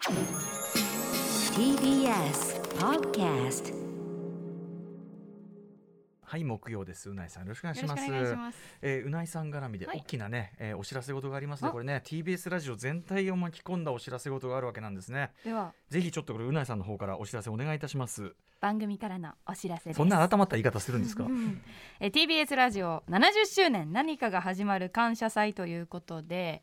TBS Podcast。 はい、木曜です。うないさんよろしくお願いします。うないさん絡みで大きなね、お知らせ事がありますね。これね TBS ラジオ全体を巻き込んだお知らせ事があるわけなんですね。 ではぜひちょっとこれうないさんの方からお知らせお願いいたします。 番組からのお知らせです。 そんな改まった言い方するんですか TBS ラジオ70周年何かが始まる感謝祭ということで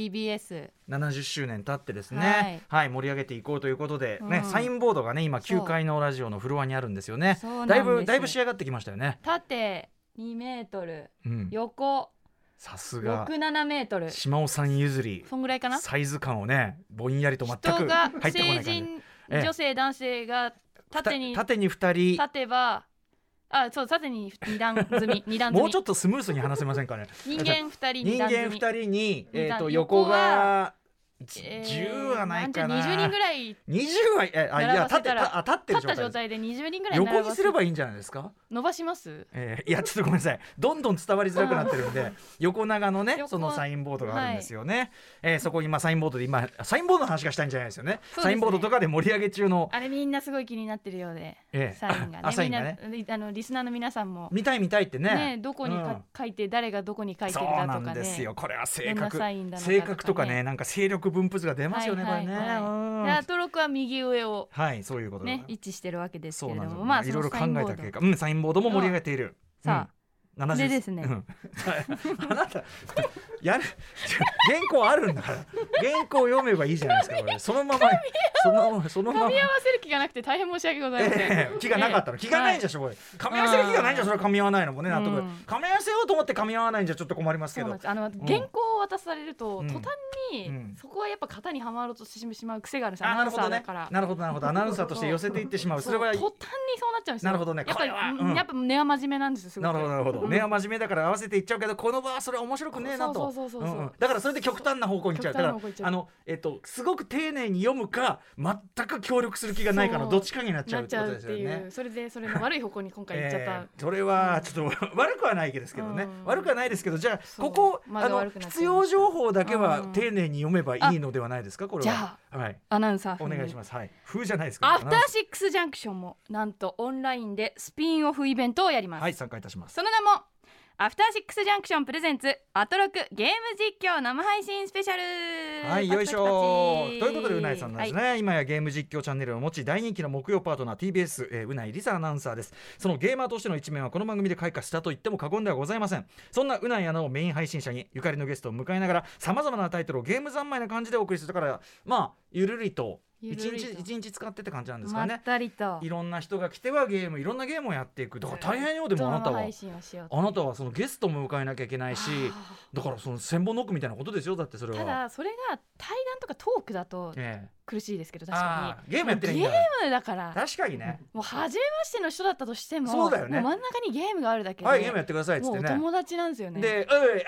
TBS70 周年経ってですね、はい、盛り上げていこうということで、ね、サインボードがね今9階のラジオのフロアにあるんですよね。だいぶ仕上がってきましたよね。 縦2メートル、横さすが 6、7メートル、 島尾さん譲りそんぐらいかな。 サイズ感をねぼんやりと全く入ってこない感じ。 人が成人女性男性が縦に 2人立てばそう縦に2段積み2段積みもうちょっとスムースに話せませんかね。 人間2人に横が10はないかな。 20人ぐらい 20はいや立ってる状態で20人ぐらい横にすればいいんじゃないですか。 伸ばします、 いやちょっとごめんなさい、どんどん伝わりづらくなってるんで横長のねそのサインボードがあるんですよね、そこにサインボードで今サインボードの話がしたいんじゃないですよね。サインボードとかで盛り上げ中のあれみんなすごい気になってるようで、サインがねサインがねみんなリスナーの皆さんも見たいってねどこに書いて誰がどこに書いてるだとかね。 そうなんですよ。これは性格とかねなんか勢力分布図が出ますよね、これね。 アトロクは右上をそういうことね位置してるわけですけれども、 いろいろ考えた結果サインボードも盛り上げている。 さあでですね、 あなた原稿あるんだから原稿読めばいいじゃないですか。これそのまま噛み合わせる気がなくて大変申し訳ございません。 気がなかったの、気がないんじゃしょ、これ噛み合わせる気がないんじゃそれは噛み合わないのもね納得。噛み合わせようと思って噛み合わないんじゃちょっと困りますけど、 原稿を渡されると途端にそこはやっぱ型にはまろうとしてしまう癖があるんです。アナウンサーだから。 なるほどアナウンサーとして寄せていってしまう。それは途端にそうなっちゃうんですよ。 なるほどね。 やっぱ根は真面目なんですよ。すごくなるほど根は真面目だから合わせていっちゃうけどこの場はそれは面白くねえなと。だからそれで極端な方向にいっちゃう。だからすごく丁寧に読むか全く協力する気がないかのどっちかになっちゃうってことですよね。 それの悪い方向に今回行っちゃった、 それはちょっと悪くはないですけどね、悪くはないですけど、じゃあここ必要情報だけは丁寧に読めばいいのではないですか。これはじゃあ、アナウンサーお願いします。風じゃないですか。 アフターシックスジャンクションもなんとオンラインでスピンオフイベントをやります。 参加いたします。 その名もアフターシックスジャンクションプレゼンツアトロクゲーム実況生配信スペシャル。 よいしょということでうないさんなんですね、今やゲーム実況チャンネルを持ち大人気の木曜パートナー TBS、うないりさアナウンサーです。そのゲーマーとしての一面はこの番組で開花したと言っても過言ではございません。そんなうないアナをメイン配信者にゆかりのゲストを迎えながらさまざまなタイトルをゲーム三昧な感じでお送りするから、ゆるりと一日使ってって感じなんですかね。 まったりといろんな人が来てはいろんなゲームをやっていく。だから大変よ。でもあなたはそのゲストも迎えなきゃいけないし、だからその千本ノックみたいなことですよ。だってそれはただそれが対談とかトークだと苦しいですけど、確かにゲームやってないんだ。 ゲームだから確かにね、 もう初めましての人だったとしても、 そうだよね、 もう真ん中にゲームがあるだけで、 ゲームやってくださいっつってね、 もう友達なんですよね。 で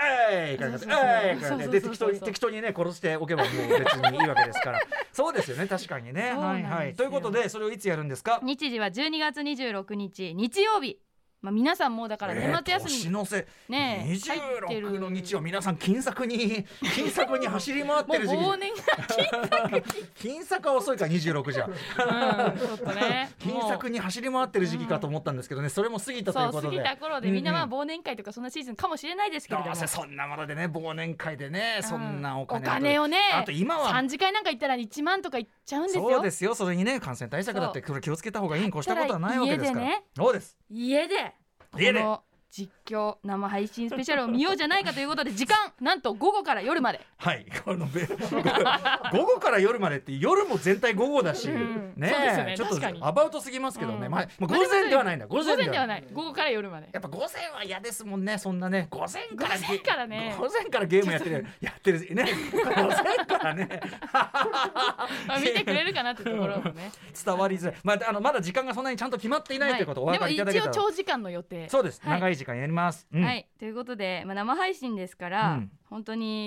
適当にね殺しておけばもう別にいいわけですからそうですよね、確かにね。ということでそれをいつやるんですか。 日時は12月26日日曜日。皆さんもだから年末休み年の瀬ね 26の日曜、皆さん金策に走り回ってる時期。 もう忘年会金策は遅いか26じゃちょっとね金策に走り回ってる時期かと思ったんですけどね、それも過ぎたということで、 過ぎた頃でみんな忘年会とかそんなシーズンかもしれないですけれども、 そんなものでね忘年会でねそんなお金をね、 あと今は 3次会なんか行ったら1万とかいっちゃうんですよ。 そうですよ。それにね感染対策だって気をつけた方がいいに越したことはないわけですから。そうです、 家でこの実況生配信スペシャルを見ようじゃないかということで、時間なんと午後から夜まで。 この午後から夜までって夜も全体午後だし、ちょっとアバウトすぎますけどね。午前ではないんだ。午前ではない。 午後から夜まで。 やっぱ午前は嫌ですもんね。そんなね午前からゲームやってるね。午前からね見てくれるかなってところもね伝わりづらい。まだ時間がそんなにちゃんと決まっていないということをお分かりいただけたら。 でも一応長時間の予定。 そうです、長い時間やります。 ということで、生配信ですから、本当に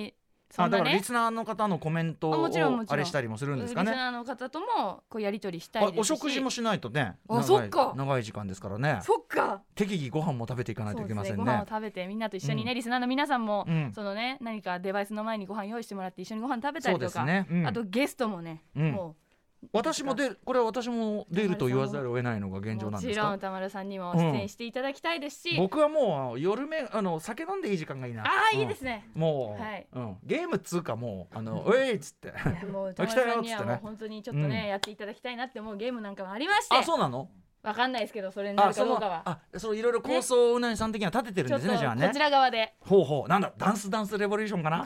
そんなね、 だからリスナーの方のコメントをあれしたりもするんですかね。 リスナーの方ともこうやり取りしたいですし、 お食事もしないとね、 そっか長い時間ですからね。 そっか、 適宜ご飯も食べていかないといけませんね。 ご飯を食べてみんなと一緒にね、リスナーの皆さんも、そのね、何かデバイスの前にご飯用意してもらって一緒にご飯食べたりとか、あとゲストもね、もう私もこれは私も出ると言わざるを得ないのが現状なんですか。 もちろん歌丸さんにも出演していただきたいですし、 僕はもう夜酒飲んでいい時間がいいな。 いいですね。 もう、ゲームっつうかもうおいっつってもう歌丸さんにはもう本当にちょっとね、やっていただきたいなって思うゲームなんかもありまして。 あ、そうなの。 わかんないですけど、それになるかどうかは。 そういろいろ構想をうなぎさん的には立ててるんですね。じゃあね、 こちら側でなんだ、ダンスレボリューションかな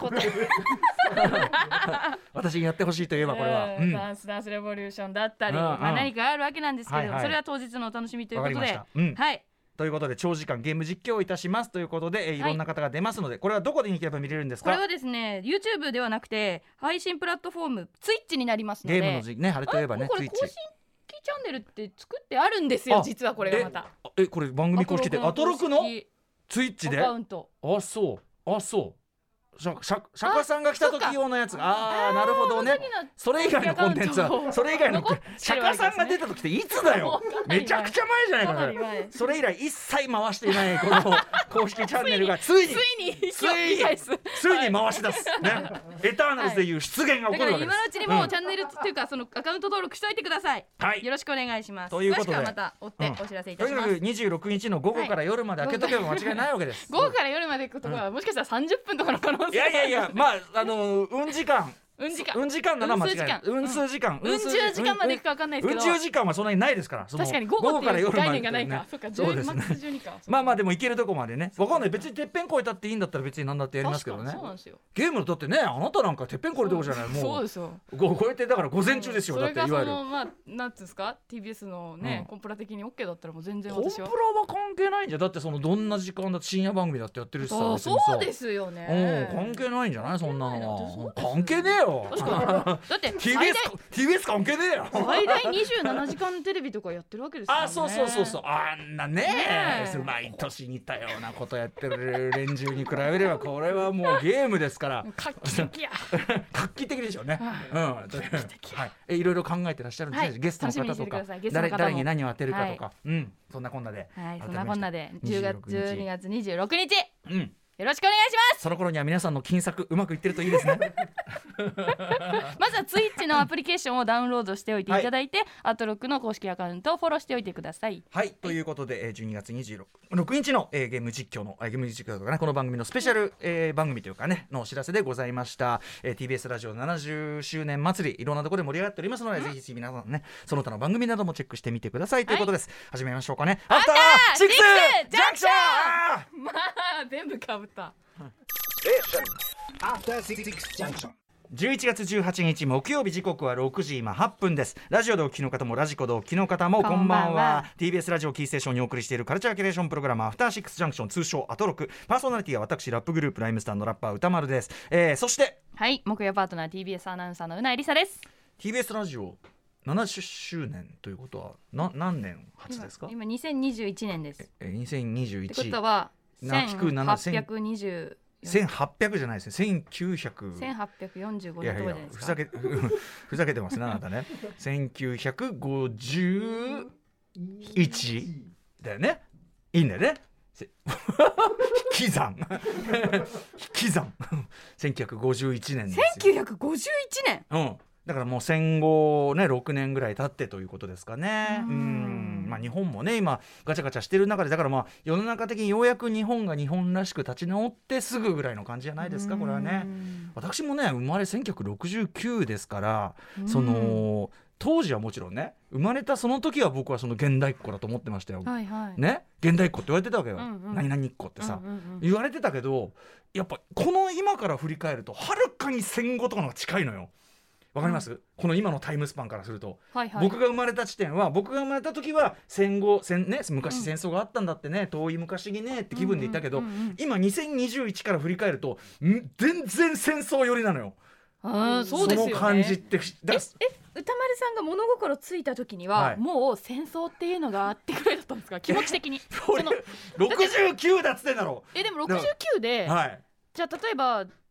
私にやってほしいといえばこれは、 ダンスレボリューションだったり、何かあるわけなんですけど、それは当日のお楽しみということで、 ということで長時間ゲーム実況をいたしますということで、いろんな方が出ますので、これはどこで見れば見れるんですか。 これはですね YouTube ではなくて配信プラットフォーム Twitch になりますので、 ゲームの時ね、あれといえばね、 これ公式チャンネルって作ってあるんですよ。実はこれがまたこれ番組公式でアトロクの Twitch でアカウント。 そう釈迦さんが来た時用のやつが、なるほどね。それ以外のコンテンツは、それ以外の釈迦さんが出た時っていつだよ。めちゃくちゃ前じゃないかな。それ以来一切回していないこの公式チャンネルがついに回し出すね。エターナルズでいう出現が起こるわけです。 今のうちにもうチャンネルっていうかそのアカウント登録しといてください。よろしくお願いします。 ということで詳しくはまた追ってお知らせいたします。 とにかく26日の午後から夜まで開けとけば間違いないわけです。 午後から夜まで行くとかもしかしたら30分とかの可能性。 いやまあ運時間なら間違いない。運数時間まで行くか分かんないですけど、 運10時間はそんなにないですから。 確かに午後っていう概念がないか。そうか、10マックス12か。 まあでも行けるとこまでね。分かんない、別にてっぺん越えたっていいんだったら別に何だってやりますけどね。ゲームのだってね、あなたなんかてっぺん越えるとこじゃない。もうそうですよ。超えてだから午前中ですよ。だっていわゆるなんつうんですか、 TBS のねコンプラ的に OK だったらもう全然私は。 コンプラは関係ないんじゃ。だってそのどんな時間だって深夜番組だってやってるしさ。 そうですよね。 関係ないんじゃない、そんなのは。関係ねえよ。 だって TBS 関係ねえよ。 最大27時間テレビとかやってるわけですよね。 そうあんなね毎年似たようなことやってる連中に比べればこれはもうゲームですから画期的や。 画期的でしょうね。いろいろ考えてらっしゃるんですね。ゲストの方とか誰に何を当てるかとか、そんなこんなで 12月26日よろしくお願いします。 その頃には皆さんの金策うまくいってるといいですね。 まずは Twitch のアプリケーションをダウンロードしておいていただいて、アトロックの公式アカウントをフォローしておいてください。 ということで12月26日のゲーム実況とかね、この番組のスペシャル番組というかねのお知らせでございました。TBS ラジオ70周年祭り、いろんなところで盛り上がっておりますので、ぜひ皆さんねその他の番組などもチェックしてみてくださいということです。始めましょうかね。アフターシックスジャンクション。 まあ全部かぶった。 11月18日木曜日、時刻は6時今8分です。ラジオでお聞きの方もラジコでお聞きの方もこんばんは。 TBS ラジオキーステーションにお送りしているカルチャーキュレーションプログラム、アフターシックスジャンクション、通称アトロク。パーソナリティは私ラップグループライムスターのラッパー歌丸です。そして木曜パートナー TBS アナウンサーのうないりさです。 TBS ラジオ70周年ということは何年初ですか。 今2021年です。 2021 ってことは 1820 1800じゃないですね。1845年とかじゃないですか。ふざけてますねあなたね。1951だよね。いいんだよね。引き算1951年ですよ。 1951年。 だからもう戦後ね6年ぐらい経ってということですかね。日本もね今ガチャガチャしてる中で、だから世の中的にようやく日本が日本らしく立ち直ってすぐぐらいの感じじゃないですか。これはね、私もね生まれ1969ですから、その当時はもちろんね生まれたその時は僕はその現代っ子だと思ってましたよ。ね、現代っ子って言われてたわけよ。何々っ子ってさ、言われてたけど、やっぱこの今から振り返るとはるかに戦後とかのが近いのよ。わかります？この今のタイムスパンからすると、僕が生まれた地点は、僕が生まれた時は戦後昔戦争があったんだってね、遠い昔にねって気分でいたけど、今2021から振り返ると全然戦争寄りなのよ。 そうですよね。 その感じって歌丸さんが物心ついた時には、もう戦争っていうのがあってくらいだったんですか、気持ち的に。 69だっつってんだろ。 でも69で、じゃあ例えば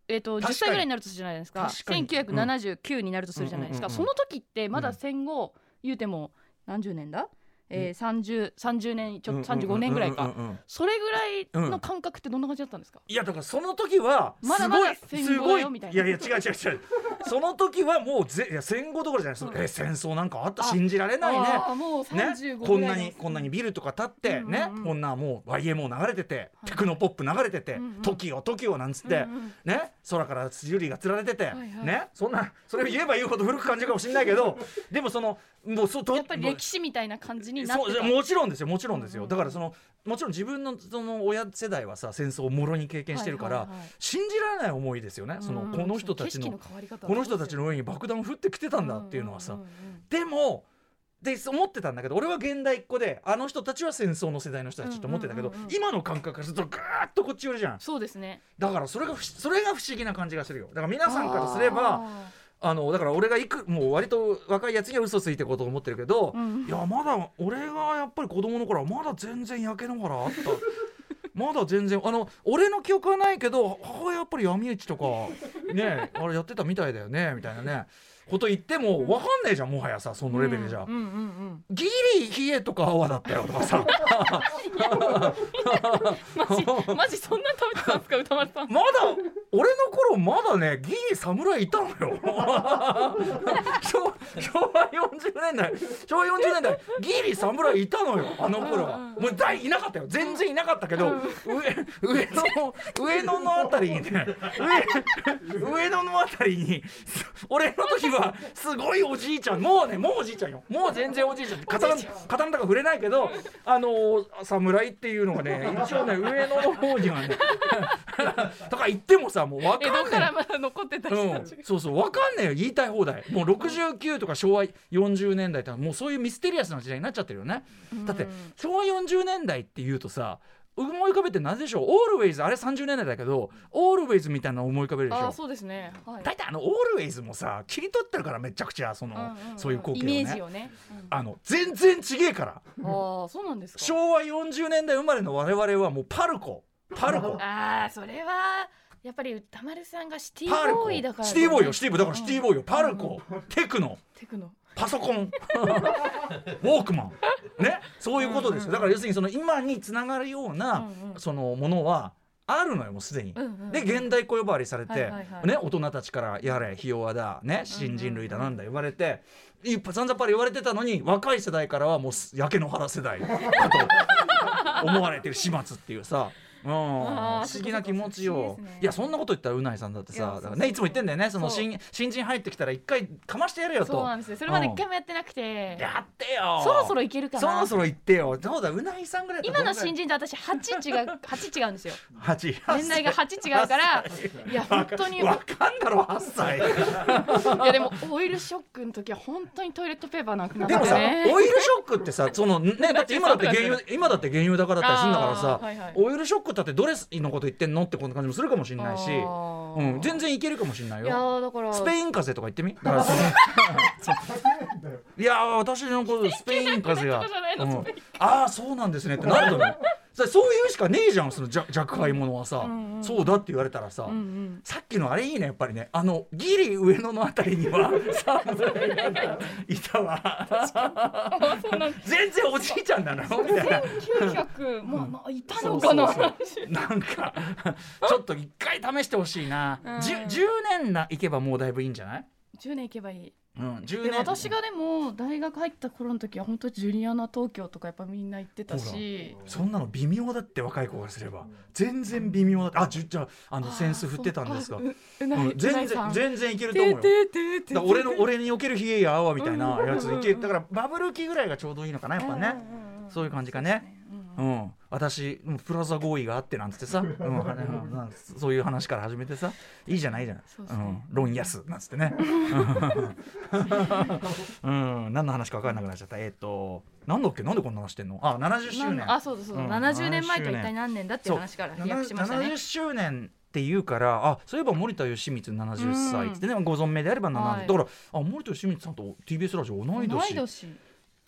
10歳ぐらいになるとするじゃないですか。1979になるとするじゃないですか、その時ってまだ戦後、言うても何十年だ、30年ちょっと35年ぐらいか、それぐらいの感覚ってどんな感じだったんですか？ いやだからその時はまだまだ戦後だよみたいな。 いやいや違うその時はもういや戦後どころじゃないです、戦争なんかあった、信じられないね。 もう35 ぐらいこんなにビルとか建ってね、こんなもう YMO 流れてて、テクノポップ流れてて、時をなんつってね、空からユリが釣られててね、それを言えば言うほど古く感じるかもしれないけど、でももうやっぱり歴史みたいな感じになってた。 もちろんですよ。だからもちろん自分の親世代はさ、戦争をもろに経験してるから、信じられない思いですよね。この人たちの上に爆弾降ってきてたんだっていうのはさ、でも思ってたんだけど、俺は現代っ子で、あの人たちは戦争の世代の人たちと思ってたけど、今の感覚からするとぐーっとこっち寄りじゃん。 そうですね。だからそれが不思議な感じがするよ。だから皆さんからすればだから俺がもう割と若いやつには嘘ついていこうと思ってるけど、いやまだ俺がやっぱり子供の頃はまだ全然焼け野原あったまだ全然俺の記憶はないけど、母親やっぱり闇市とかねあれやってたみたいだよねみたいなねこと言っても分かんないじゃん、もはやさ、そのレベルじゃ、ギリ冷えとか泡だったよとかさマジそんな食べてたんですか、歌丸さん。 まだ俺の頃まだねギリ侍いたのよ昭和40年代ギリ侍いたのよ、あの頃は。もういなかったよ、全然いなかったけど、上野のあたりにね上野のあたりに俺の時はすごいおじいちゃん、もうおじいちゃんよ、もう全然おじいちゃん、刀とか触れないけど、侍っていうのがね一応ね上野の方にはねとか言ってもさ、もう分かんない、 江戸からまだ残ってた人たちが、 そう分かんないよ、言いたい放題。もう69とか昭和40年代ってもうそういうミステリアスな時代になっちゃってるよね。だって昭和40年代っていうとさ、思い浮かべて何でしょう、オールウェイズ、あれ30年代だけどオールウェイズみたいなの思い浮かべるでしょ。 そうですね、 大体オールウェイズもさ切り取ってるから、めちゃくちゃそういう光景をね、 イメージをね、 全然ちげえから。 そうなんですか。 昭和40年代生まれの我々はもうパルコそれはやっぱり歌丸さんがシティボーイだから、 シティボーイよ、シティボーイだからシティボーイよ、パルコ、テクノパソコンウォークマンね、そういうことですよ。だから要するに今につながるようなそのものはあるのよ、もうすでに。で現代っ子呼ばわりされて、ね、大人たちからやれひ弱だね、新人類だなんだ言われて、散々パリ言われてたのに、若い世代からはもう焼け野原世代だと思われてる始末っていうさ不思議な気持ちよ。いやそんなこと言ったらうないさんだってさ、だからね、いつも言ってんだよね、新人入ってきたら一回かましてやれよと。 そうなんですよ、それまで一回もやってなくて、 やってよ、 そろそろいけるかな、 そろそろ言ってよ。そうだ、うないさんぐらい今の新人と私8違うんですよ 8 年代が8違うからいや本当にわかんだろ8歳いやでもオイルショックの時は本当にトイレットペーパーなくなってね。 でもさオイルショックってさね、だって今だって原油高だったりするんだからさ、オイルショックだってドレスのこと言ってんのってこんな感じもするかもしれないし、全然いけるかもしれないよ。 いやだからスペイン風邪とか言ってみ。だからいや私のことスペイン風邪がそうなんですねってなると思うそういうしかねえじゃん、その若輩者はさ、そうだって言われたらさ、さっきのあれいいね、やっぱりね、ギリ上野のあたりにはいたわ全然おじいちゃんなのみたいな 1900もういたのかななんかちょっと一回試してほしいな。10年いけばもうだいぶいいんじゃない ？10年いけばいい。 10 年私がでも大学入った頃の時は本当にジュリアナ東京とかやっぱみんな行ってたし、 そんなの微妙だって、若い子がすれば全然微妙だって。じゃあセンス振ってたんですか？全然いけると思うよ。だ俺における冷えや泡みたいなやついける。だからバブル期ぐらいがちょうどいいのかな、やっぱね。そういう感じかね。私プラザ合意があってなんつってさ、そういう話から始めてさ、いいじゃないじゃん、論安なんつってね何の話か分からなくなっちゃった。なんだっけ、なんでこんな話してんの。70周年。 そう70年前と一体何年だっていう話から飛躍しましたね。 70周年っていうから、そういえば森田義満70歳ってね、ご存命であれば70、だから森田義満さんと TBS ラジオ同い年っ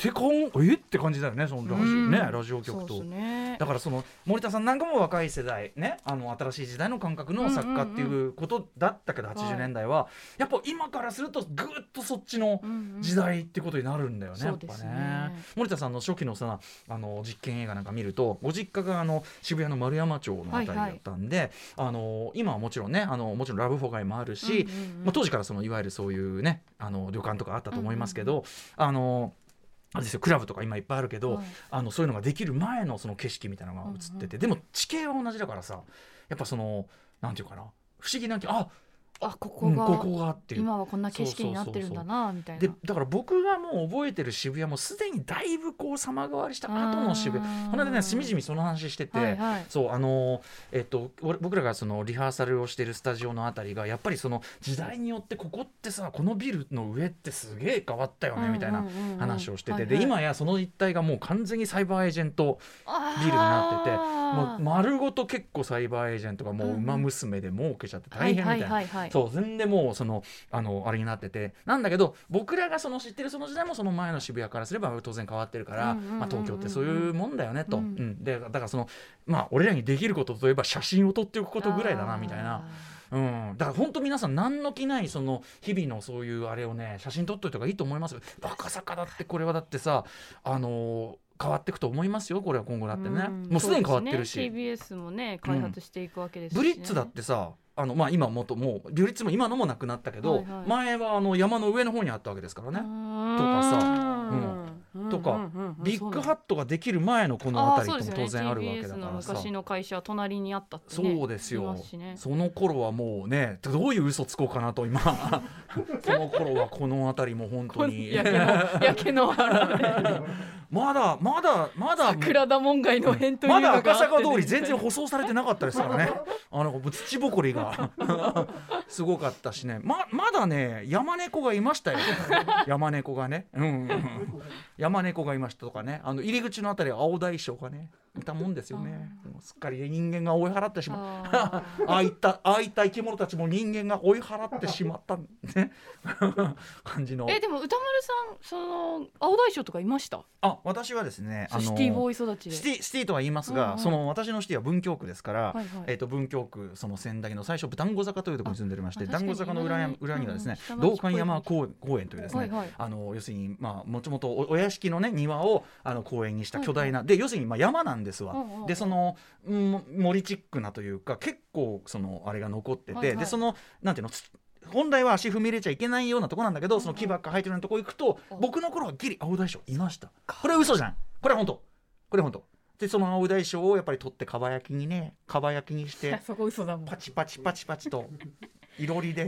って感じだよね、そのラジオ局と、 ね、 だからその森田さんなんかも若い世代ね、新しい時代の感覚の作家っていうことだったけど、80年代はやっぱ今からするとぐっとそっちの時代ってことになるんだよね、やっぱね。森田さんの初期のさ実験映画なんか見ると、ご実家が渋谷の丸山町のあたりだったんで、今はもちろんねもちろんラブホ街もあるし、当時からいわゆるそういうね旅館とかあったと思いますけど、あれですよ、クラブとか今いっぱいあるけど、そういうのができる前のその景色みたいなのが映ってて、でも地形は同じだからさ、やっぱなんていうかな、不思議なここがっていう、今はこんな景色になってるんだなみたいな。 でだから僕がもう覚えてる渋谷もすでにだいぶ様変わりした後の渋谷、この間ねしみじみその話してて、そう僕らがそのリハーサルをしてるスタジオのあたりがやっぱりその時代によってここってさ、このビルの上ってすげえ変わったよねみたいな話をしてて、で今やその一帯がもう完全にサイバーエージェントビルになってて、もう丸ごと結構サイバーエージェントがもう馬娘で儲けちゃって大変みたいな、そう全然もうあれになってて、なんだけど僕らが知ってるその時代もその前の渋谷からすれば当然変わってるから、東京ってそういうもんだよねと、でだから俺らにできることといえば写真を撮っておくことぐらいだなみたいな。だから本当皆さん何の気ないその日々のそういうあれをね写真撮っといた方がいいと思いますよ。赤坂だってこれはだってさ変わっていくと思いますよ、これは今後だってね、もうすでに変わってるし、 ね、TBS もね開発していくわけですし、 ブリッツだってさ今もうブリッツも今のもなくなったけど、前は山の上の方にあったわけですからねとかさ、とかビッグハットができる前のこの辺りとも当然あるわけだからさ、 TBS の昔の会社は隣にあったってね、そうですよ、その頃はもうねどういう嘘つこうかなと今その頃はこの辺りも本当にやけのまだ桜田門外の辺というのがまだ赤坂通り全然舗装されてなかったですからね土ぼこりがすごかったしね、まだね山猫がいましたよ山猫がね、山猫がいましたとかね、入り口のあたりは青大将がねいたもんですよね。すっかり人間が追い払ってしまうああいった生き物たちも人間が追い払ってしまったね感じの。 でも歌丸さんその青大将とかいました？ 私はですねシティボーイ育ちでシティとは言いますが、私のシティは文京区ですから、文京区その千駄木の最初団子坂というところに住んでおりまして、団子坂の裏にはですね道館山公園というですね、要するにもともとお屋敷のね庭を公園にした巨大な、で要するに山なんですわ。でその森チックなというか結構そのあれが残ってて、でそのなんていうの本来は足踏み入れちゃいけないようなとこなんだけど、その木ばっか生えてるようなとこ行くと、僕の頃はギリ青大将いました。これは嘘じゃん、これは本当でその青大将をやっぱり取ってかば焼きにしてそこ嘘だもん、 パチパチといろりで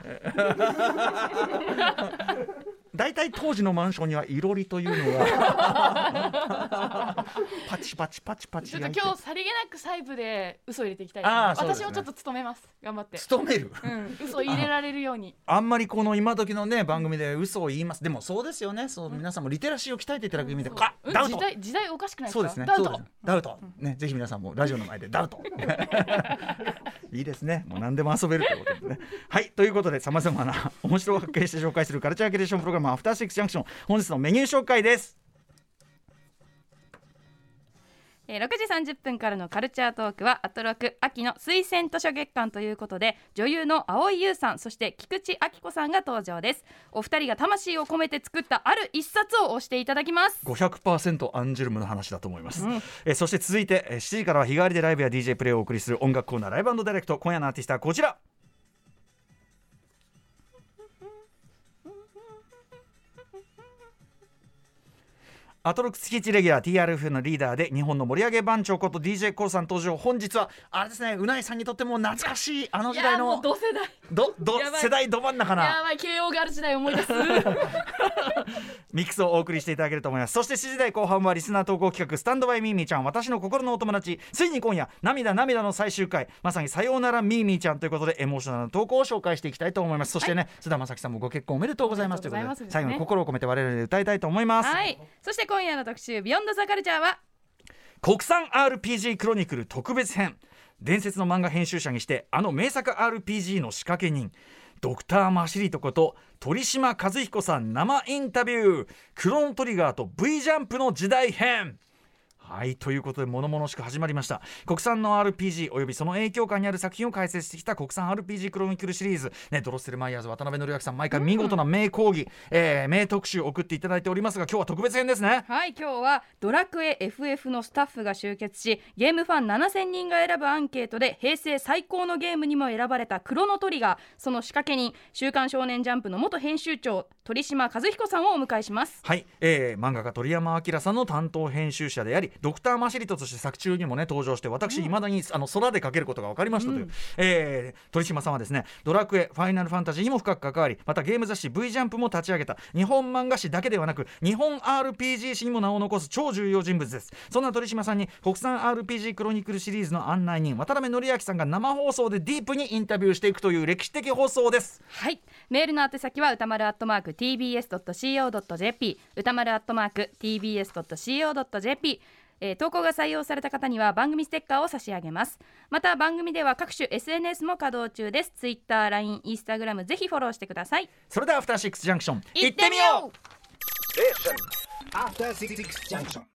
大体当時のマンションにはいろりというのがパチパチちょっと今日さりげなく細部で嘘入れていきたいですね。私もちょっと努めます、頑張って努める、 嘘入れられるように。 あんまりこの今時のね番組で嘘を言います。でもそうですよね、そう皆さんもリテラシーを鍛えていただく意味で、ダウト時代おかしくないですか？ そうですね、ダウト、ね、ぜひ皆さんもラジオの前でダウトいいですね、もう何でも遊べるということでねはいということで、さまざまな面白を発見して紹介するカルチャーキュレーションプログラムアフターシックスジャンクション、本日のメニュー紹介です。 6時30分からのカルチャートークはアトロク秋の推薦図書月間ということで、女優の蒼井優さん、そして菊池亜希子さんが登場です。お二人が魂を込めて作ったある一冊を推していただきます。 500% アンジュルムの話だと思います、そして続いて7時からは日替わりでライブや DJ プレイをお送りする音楽コーナーライブ&ダイレクト。今夜のアーティストはこちら。アトロク月1レギュラー TRF のリーダーで日本の盛り上げ番長こと DJ コウさん登場。本日はあれですね、うないさんにとっても懐かしいあの時代の、 いやもう同世代世代ど真ん中なやばい慶応がある時代思い出すミックスをお送りしていただけると思います。そして7時台後半はリスナー投稿企画スタンドバイミーミーちゃん、私の心のお友達。ついに今夜涙の最終回、まさにさようならミーミーちゃんということでエモーショナルな投稿を紹介していきたいと思います。そしてね、須田まさきさんもご結婚おめでとうございますということで、最後に心を込めて我々で歌いたいと思います。 そして今夜の特集ビヨンドザカルチャーは国産 RPG クロニクル特別編。伝説の漫画編集者にしてあの名作 RPG の仕掛け人ドクターマシリトこと鳥島和彦さん生インタビュー、クロノトリガーと V ジャンプの時代編。はい、ということで物々しく始まりました。国産の RPG およびその影響下にある作品を解説してきた国産 RPG クロニクルシリーズ、ね、ドロッセルマイヤーズ渡辺則明さん、毎回見事な名講義、名特集を送っていただいておりますが、今日は特別編ですね。 はい、今日はドラクエ FF のスタッフが集結し、ゲームファン7000人が選ぶアンケートで平成最高のゲームにも選ばれたクロノトリガー、その仕掛け人、週刊少年ジャンプの元編集長鳥島和彦さんをお迎えします。 はい、漫画家鳥山明さんの担当編集者であり、ドクターマシリトとして作中にもね登場して、私未だに空でかけることが分かりましたという、鳥島さんはですね、ドラクエ、ファイナルファンタジーにも深く関わり、またゲーム雑誌 V ジャンプも立ち上げた日本漫画誌だけではなく日本 RPG 誌にも名を残す超重要人物です。そんな鳥島さんに国産 RPG クロニクルシリーズの案内人渡辺則明さんが生放送でディープにインタビューしていくという歴史的放送です。 はい、メールの宛先は歌丸@tbs.co.jp、 歌丸@tbs.co.jp、投稿が採用された方には番組ステッカーを差し上げます。また番組では各種 SNS も稼働中です。 Twitter、LINE、Instagram ぜひフォローしてください。 それではアフターシックスジャンクション行ってみよう。 After 66 junction.